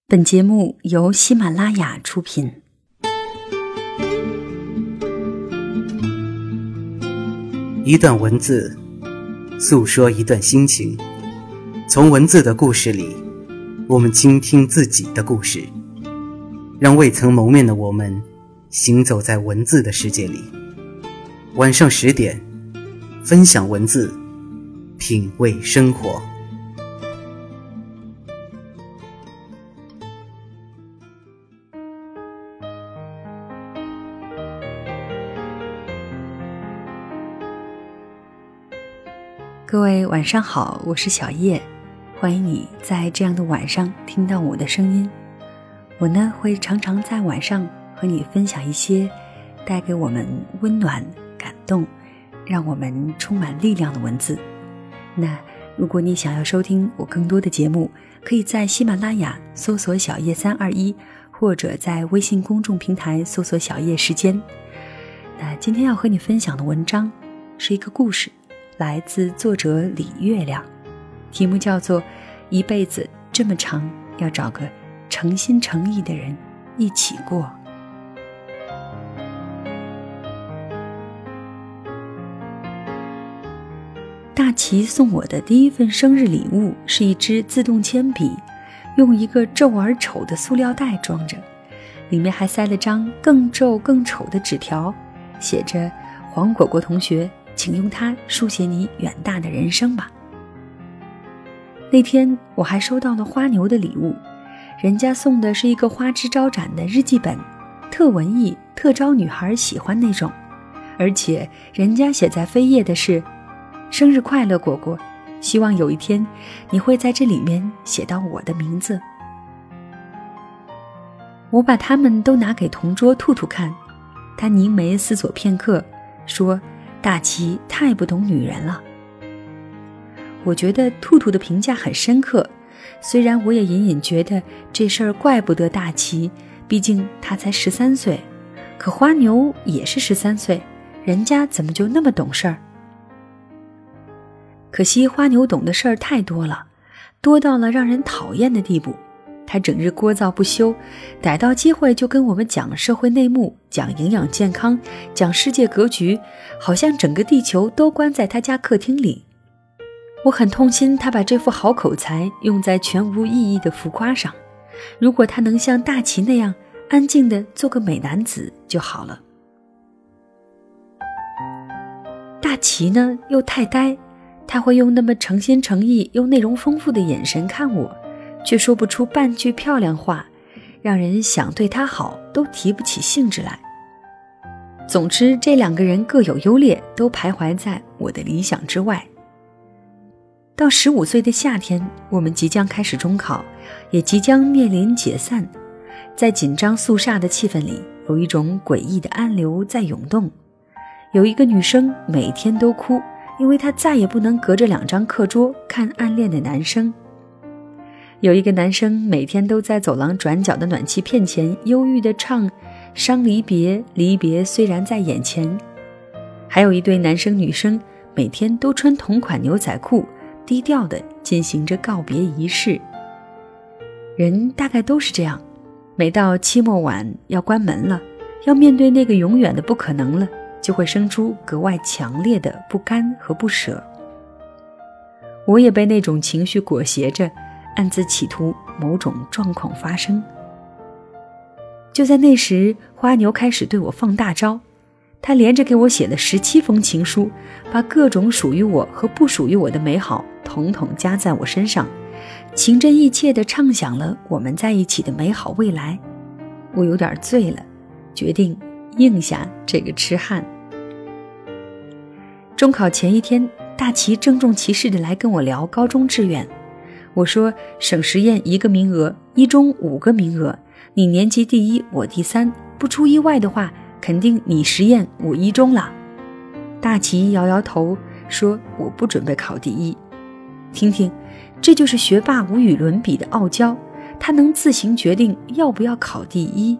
本节目由喜马拉雅出品。 一段文字，诉说一段心情。从文字的故事里，我们倾听自己的故事，让未曾谋面的我们行走在文字的世界里。晚上10点，分享文字，品味生活。 各位晚上好，我是小叶，欢迎你在这样的晚上听到我的声音。我呢会常常在晚上和你分享一些带给我们温暖、感动，让我们充满力量的文字。那如果你想要收听我更多的节目，可以在喜马拉雅搜索小叶321，或者在微信公众平台搜索小叶时间。那今天要和你分享的文章是一个故事，来自作者李月亮，题目叫做一辈子这么长，要找个诚心诚意的人一起过。大齐送我的第一份生日礼物是一支自动铅笔，用一个皱而丑的塑料袋装着，里面还塞了张更皱更丑的纸条，写着黄果果同学，请用它书写你远大的人生吧。那天我还收到了花牛的礼物，人家送的是一个花枝招展的日记本，特文艺，特招女孩喜欢那种，而且人家写在扉页的是生日快乐果果，希望有一天你会在这里面写到我的名字。我把它们都拿给同桌兔兔看，他凝眉思索片刻，说大齐太不懂女人了。我觉得兔兔的评价很深刻，虽然我也隐隐觉得这事儿怪不得大齐，毕竟他才13岁，可花牛也是13岁，人家怎么就那么懂事儿？可惜花牛懂的事儿太多了，多到了让人讨厌的地步。他整日聒噪不休，逮到机会就跟我们讲社会内幕，讲营养健康，讲世界格局，好像整个地球都关在他家客厅里。我很痛心他把这副好口才用在全无意义的浮夸上，如果他能像大齐那样安静地做个美男子就好了。大齐呢又太呆，他会用那么诚心诚意又内容丰富的眼神看我，却说不出半句漂亮话，让人想对他好都提不起兴致来。总之这两个人各有优劣，都徘徊在我的理想之外。到15岁的夏天，我们即将开始中考，也即将面临解散。在紧张肃杀的气氛里，有一种诡异的暗流在涌动。有一个女生每天都哭，因为她再也不能隔着2张课桌看暗恋的男生。有一个男生每天都在走廊转角的暖气片前忧郁地唱伤离别，离别虽然在眼前。还有一对男生女生每天都穿同款牛仔裤，低调地进行着告别仪式。人大概都是这样，每到期末晚要关门了，要面对那个永远的不可能了，就会生出格外强烈的不甘和不舍。我也被那种情绪裹挟着，暗自企图某种状况发生。就在那时，花牛开始对我放大招，他连着给我写了17封情书，把各种属于我和不属于我的美好统统加在我身上，情真意切地畅想了我们在一起的美好未来。我有点醉了，决定应下这个痴汉。中考前一天，大齐郑重其事地来跟我聊高中志愿。我说省实验1个名额，一中5个名额，你年级第1，我第3，不出意外的话，肯定你实验我一中了。大齐摇摇头说我不准备考第1。听听，这就是学霸无与伦比的傲娇，他能自行决定要不要考第1。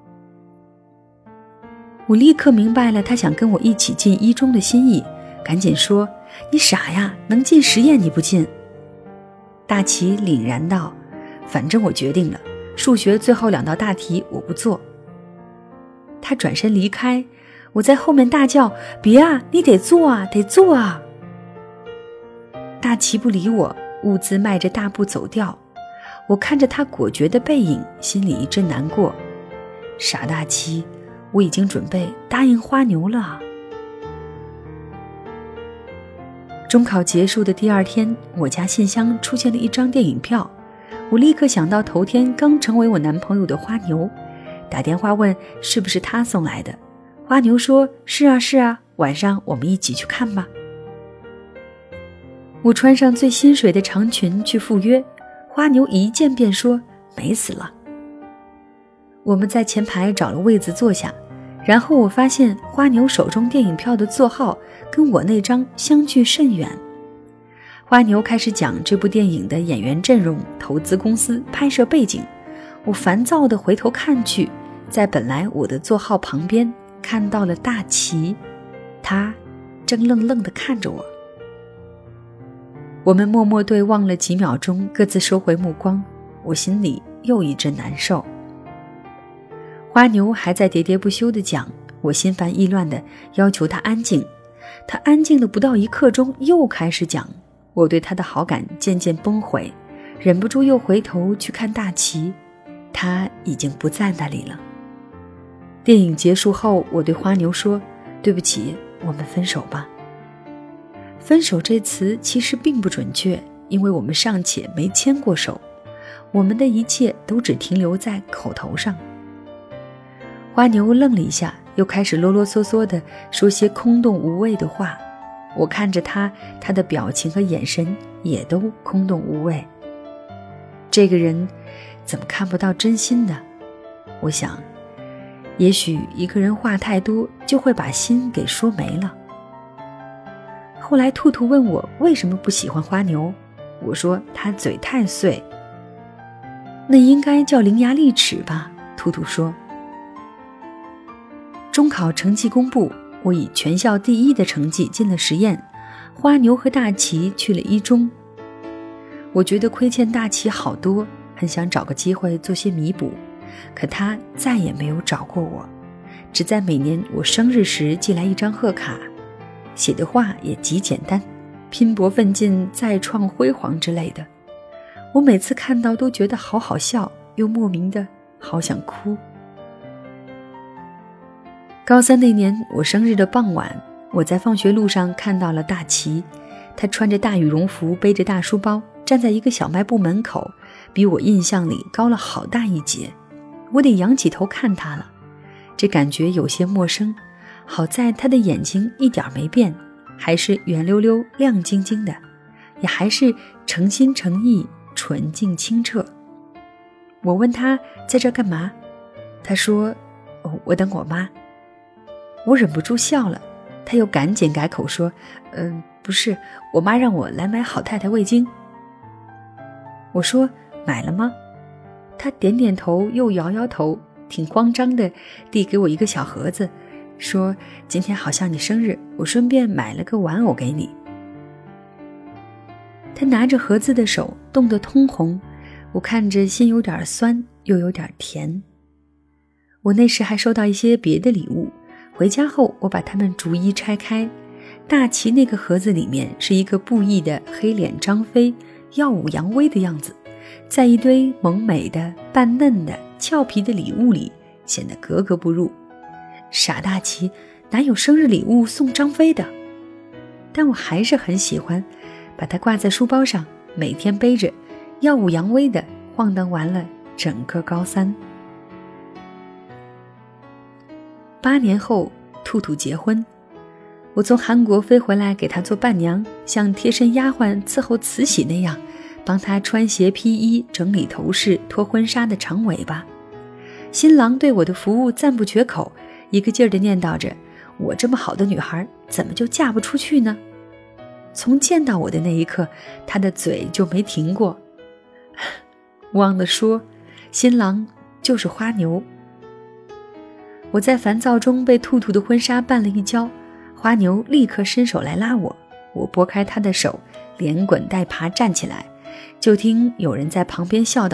我立刻明白了他想跟我一起进一中的心意，赶紧说你傻呀，能进实验你不进？大齐凛然道，反正我决定了， 数学最后2道大题我不做。他转身离开，我在后面大叫：别啊，你得做啊，得做啊！大齐不理我，兀自迈着大步走掉。我看着他果决的背影，心里一阵难过。傻大齐，我已经准备答应花牛了。中考结束的第2天，我家信箱出现了一张电影票，我立刻想到头天刚成为我男朋友的花牛，打电话问是不是他送来的。花牛说是啊是啊，晚上我们一起去看吧。我穿上最新水的长裙去赴约，花牛一见便说美死了。我们在前排找了位子坐下，然后我发现花牛手中电影票的座号跟我那张相距甚远。花牛开始讲这部电影的演员阵容、投资公司、拍摄背景。我烦躁地回头看去，在本来我的座号旁边看到了大齐，他正愣愣地看着我。我们默默对望了几秒钟，各自收回目光，我心里又一阵难受。花牛还在喋喋不休地讲，我心烦意乱地要求他安静。他安静了不到1刻钟，又开始讲。我对他的好感渐渐崩毁，忍不住又回头去看大齐，他已经不在那里了。电影结束后，我对花牛说，对不起，我们分手吧。分手这词其实并不准确，因为我们尚且没牵过手，我们的一切都只停留在口头上。花牛愣了一下，又开始啰啰嗦嗦地说些空洞无味的话。我看着他的表情和眼神也都空洞无味。这个人怎么看不到真心呢？我想，也许一个人话太多，就会把心给说没了。后来兔兔问我为什么不喜欢花牛，我说他嘴太碎。那应该叫伶牙俐齿吧，兔兔说。中考成绩公布，我以全校第1的成绩进了实验，花牛和大齐去了一中。我觉得亏欠大齐好多，很想找个机会做些弥补，可他再也没有找过我，只在每年我生日时寄来一张贺卡，写的话也极简单，拼搏奋进，再创辉煌之类的。我每次看到都觉得好好笑，又莫名的好想哭。高3那年，我生日的傍晚，我在放学路上看到了大齐，他穿着大羽绒服，背着大书包，站在一个小卖部门口，比我印象里高了好大一截。我得仰起头看他了，这感觉有些陌生。好在他的眼睛一点没变，还是圆溜溜亮晶晶的，也还是诚心诚意纯净清澈。我问他在这干嘛，他说我等我妈。我忍不住笑了，他又赶紧改口说不是，我妈让我来买好太太味精。我说买了吗？他点点头又摇摇头，挺慌张的递给我一个小盒子，说今天好像你生日，我顺便买了个玩偶给你。他拿着盒子的手冻得通红，我看着心有点酸又有点甜。我那时还收到一些别的礼物，回家后我把它们逐一拆开，大齐那个盒子里面是一个布艺的黑脸张飞，耀武扬威的样子，在一堆萌美的半嫩的俏皮的礼物里显得格格不入。傻大齐，哪有生日礼物送张飞的？但我还是很喜欢，把它挂在书包上，每天背着，耀武扬威的晃荡完了整个高3。8年后，兔兔结婚，我从韩国飞回来给他做伴娘，像贴身丫鬟伺候慈禧那样，帮他穿鞋披衣，整理头饰，拖婚纱的长尾巴。新郎对我的服务赞不绝口，一个劲儿地念叨着，我这么好的女孩怎么就嫁不出去呢？从见到我的那一刻，他的嘴就没停过。忘了说，新郎就是花牛。我在烦躁中被兔兔的婚纱绊了一跤，花牛立刻伸手来拉我，我拨开他的手，连滚带爬站起来，就听有人在旁边笑道，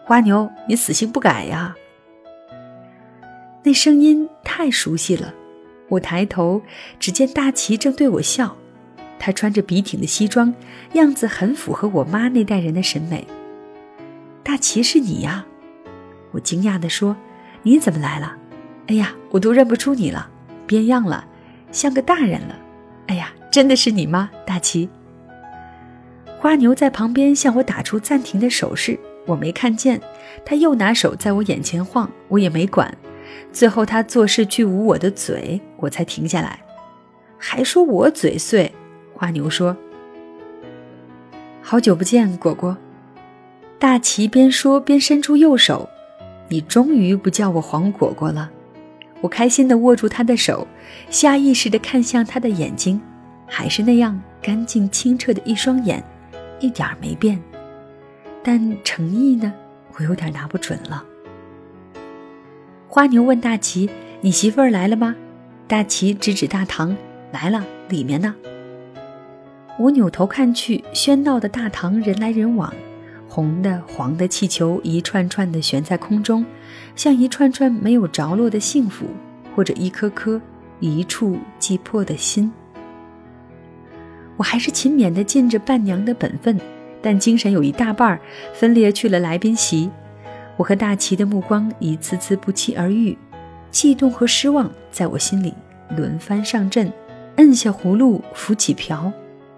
花牛，你死性不改呀！那声音太熟悉了，我抬头，只见大齐正对我笑。他穿着笔挺的西装，样子很符合我妈那代人的审美。大齐，是你呀？我惊讶地说，你怎么来了？哎呀，我都认不出你了，变样了，像个大人了。哎呀，真的是你吗，大齐？花牛在旁边向我打出暂停的手势，我没看见，他又拿手在我眼前晃，我也没管。最后他做事去捂我的嘴，我才停下来。还说我嘴碎，花牛说，好久不见，果果。大齐边说边伸出右手，你终于不叫我黄果果了。我开心地握住他的手，下意识地看向他的眼睛，还是那样干净清澈的一双眼，一点没变。但诚意呢，我有点拿不准了。花牛问大齐，你媳妇儿来了吗？大齐指指大堂，来了，里面呢。我扭头看去，喧闹的大堂人来人往，红的黄的气球一串串地悬在空中，像一串串没有着落的幸福，或者一颗颗一触即破的心。我还是勤勉地尽着伴娘的本分，但精神有一大半分裂去了来宾席。我和大齐的目光一次次不期而遇，悸动和失望在我心里轮番上阵，摁下葫芦浮起瓢。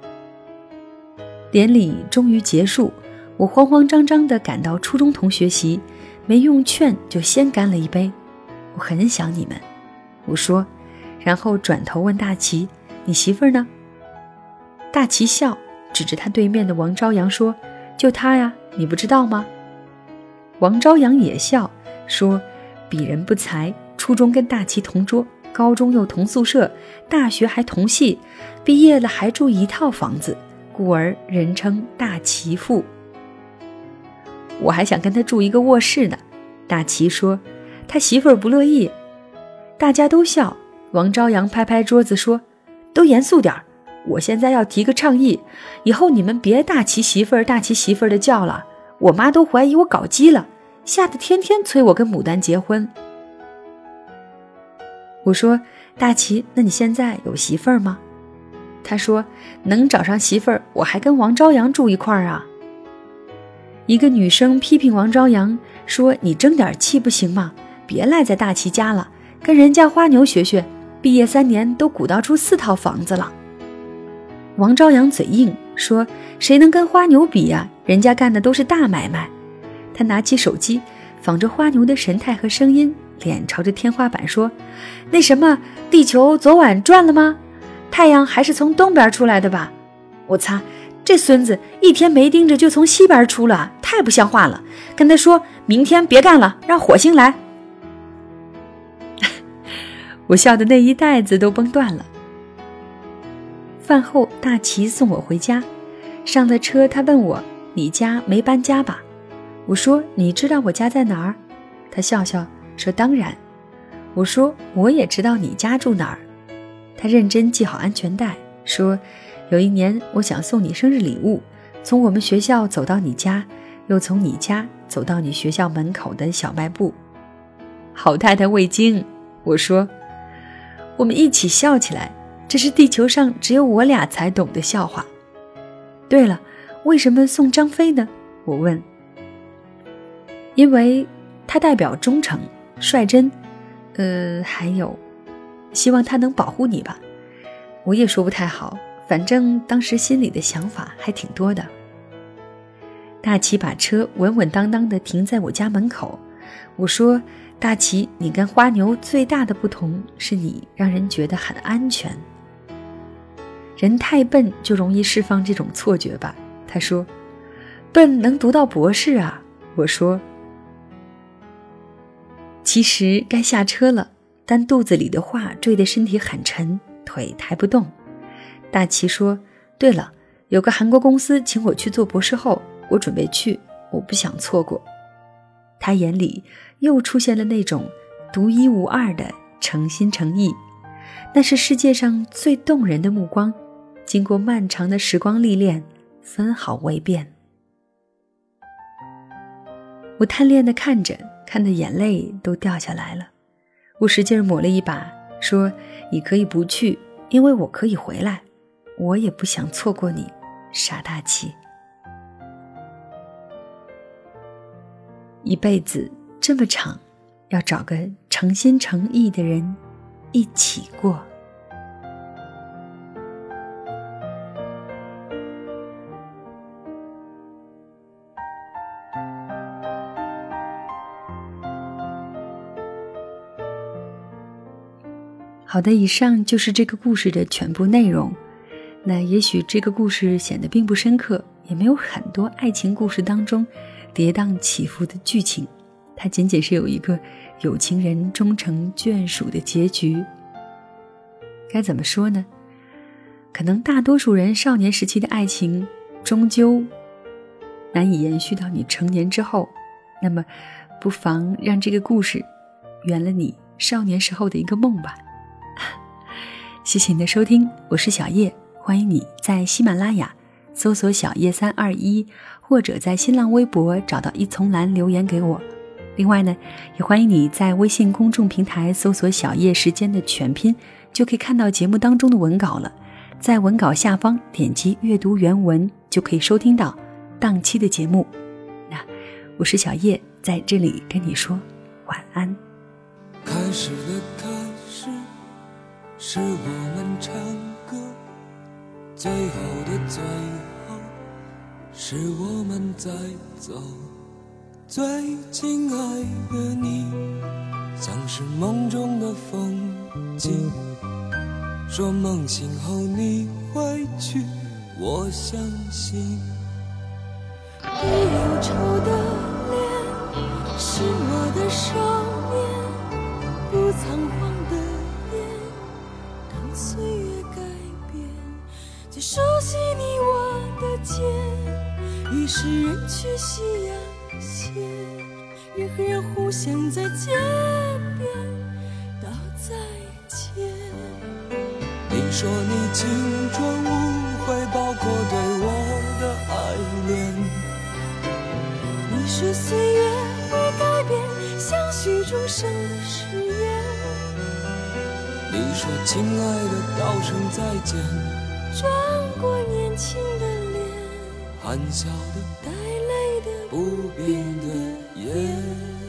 典礼终于结束，我慌慌张张地赶到初中同学席，没用劝就先干了一杯。我很想你们，我说，然后转头问大齐，你媳妇儿呢？大齐笑，指着他对面的王朝阳说，就他呀，你不知道吗？王朝阳也笑说，鄙人不才，初中跟大齐同桌，高中又同宿舍，大学还同系，毕业了还住一套房子，故而人称大齐父。我还想跟他住一个卧室呢，大齐说，他媳妇儿不乐意。大家都笑，王朝阳拍拍桌子说，都严肃点，我现在要提个倡议，以后你们别大齐媳妇儿大齐媳妇儿的叫了，我妈都怀疑我搞基了，吓得天天催我跟牡丹结婚。我说，大齐，那你现在有媳妇儿吗？他说，能找上媳妇儿，我还跟王朝阳住一块儿啊。一个女生批评王朝阳说，你争点气不行吗？别赖在大齐家了，跟人家花牛学学，毕业3年都鼓捣出4套房子了。王朝阳嘴硬说，谁能跟花牛比呀？人家干的都是大买卖。他拿起手机，仿着花牛的神态和声音，脸朝着天花板说，那什么，地球昨晚转了吗？太阳还是从东边出来的吧？我擦，这孙子一天没盯着就从西边出了，太不像话了。跟他说，明天别干了，让火星来。我笑的那一袋子都崩断了。饭后大齐送我回家，上了车他问我，你家没搬家吧？我说，你知道我家在哪儿？他笑笑说，当然。我说，我也知道你家住哪儿。他认真系好安全带，说，有一年我想送你生日礼物，从我们学校走到你家，又从你家走到你学校门口的小卖部。好太太未惊，我说。我们一起笑起来，这是地球上只有我俩才懂的笑话。对了，为什么送张飞呢？我问。因为他代表忠诚、率真，还有希望他能保护你吧。我也说不太好，反正当时心里的想法还挺多的。大齐把车稳稳当当地停在我家门口。我说，大齐，你跟花牛最大的不同是你让人觉得很安全。人太笨就容易释放这种错觉吧。他说，笨能读到博士啊。我说，其实该下车了，但肚子里的话坠得身体很沉，腿抬不动。大齐说，对了，有个韩国公司请我去做博士后，我准备去，我不想错过。他眼里又出现了那种独一无二的诚心诚意，那是世界上最动人的目光，经过漫长的时光历练，分毫未变。我我贪恋地看着，看得眼泪都掉下来了。我使劲抹了一把，说你可以不去，因为我可以回来，我也不想错过你，傻大气。一辈子这么长，要找个诚心诚意的人一起过。好的，以上就是这个故事的全部内容。那也许这个故事显得并不深刻，也没有很多爱情故事当中跌宕起伏的剧情，它仅仅是有一个有情人终成眷属的结局。该怎么说呢？可能大多数人少年时期的爱情终究难以延续到你成年之后，那么不妨让这个故事圆了你少年时候的一个梦吧。谢谢你的收听，我是小叶，欢迎你在喜马拉雅搜索小叶321，或者在新浪微博找到一丛蓝留言给我。另外呢，也欢迎你在微信公众平台搜索小叶时间的全拼，就可以看到节目当中的文稿了。在文稿下方点击阅读原文，就可以收听到当期的节目。那我是小叶，在这里跟你说晚安。 开始的开始是我们唱歌，最后的最后是我们在走。最亲爱的你，像是梦中的风景，说梦醒后你会去，我相信。 你忧愁的脸是我的少年，不仓皇的眼，当岁月改变，最熟悉你我的肩，于是人去夕阳斜，人和人互相在街边道再见。 你说你青春无悔，包括对我的爱恋。 你说岁月会改变相许终生的誓言。 你说亲爱的道声再见， 转过年轻的脸， 含笑的带泪的不变的眼。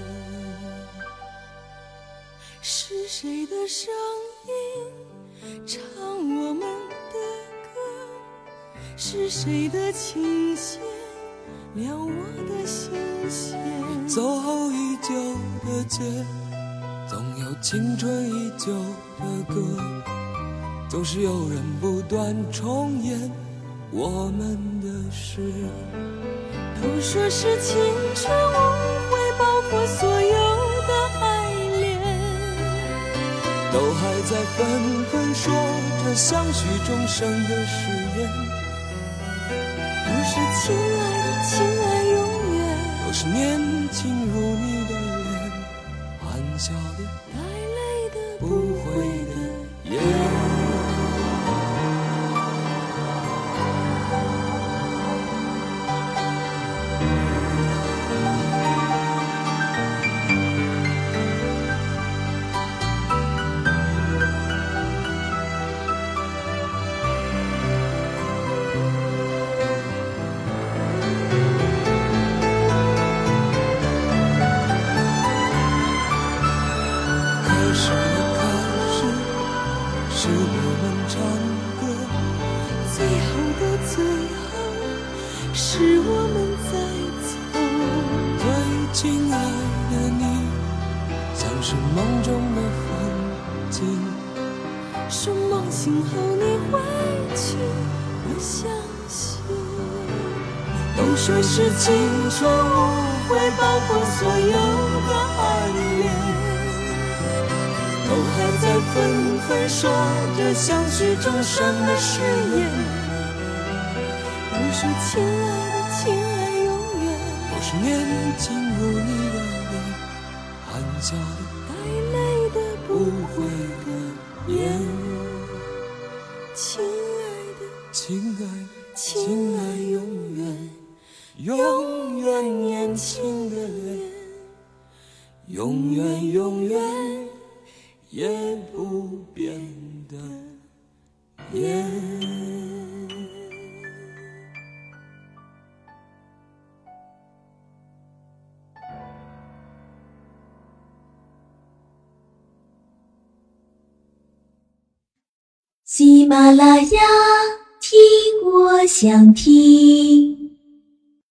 是谁的声音唱我们的歌？是谁的琴弦撩我的心弦？ 走后已久的街，总有青春依旧的歌，总是有人不断重演我们的事。 都说是青春无悔，包括所有的爱恋， 都还在纷纷说着相许终生的誓言。 都是亲爱的，亲爱永远， 都是年轻如你的脸，含笑的带泪的不悔的眼。是我们唱歌， 最后的最后是我们在走。 最亲爱的你，像是梦中的风景， 说梦醒后你会去，我相信。 都说是青春无悔，包括所有的爱恋，都还在纷纷说着相许终生的誓言。 都说亲爱的，亲爱永远， 都是年轻如你的脸，含笑的带泪的不不悔的眼。 亲爱的， 亲爱的， 亲爱永远， 永远年轻的脸，永远永远也不变的眼。 喜马拉雅，听我想听。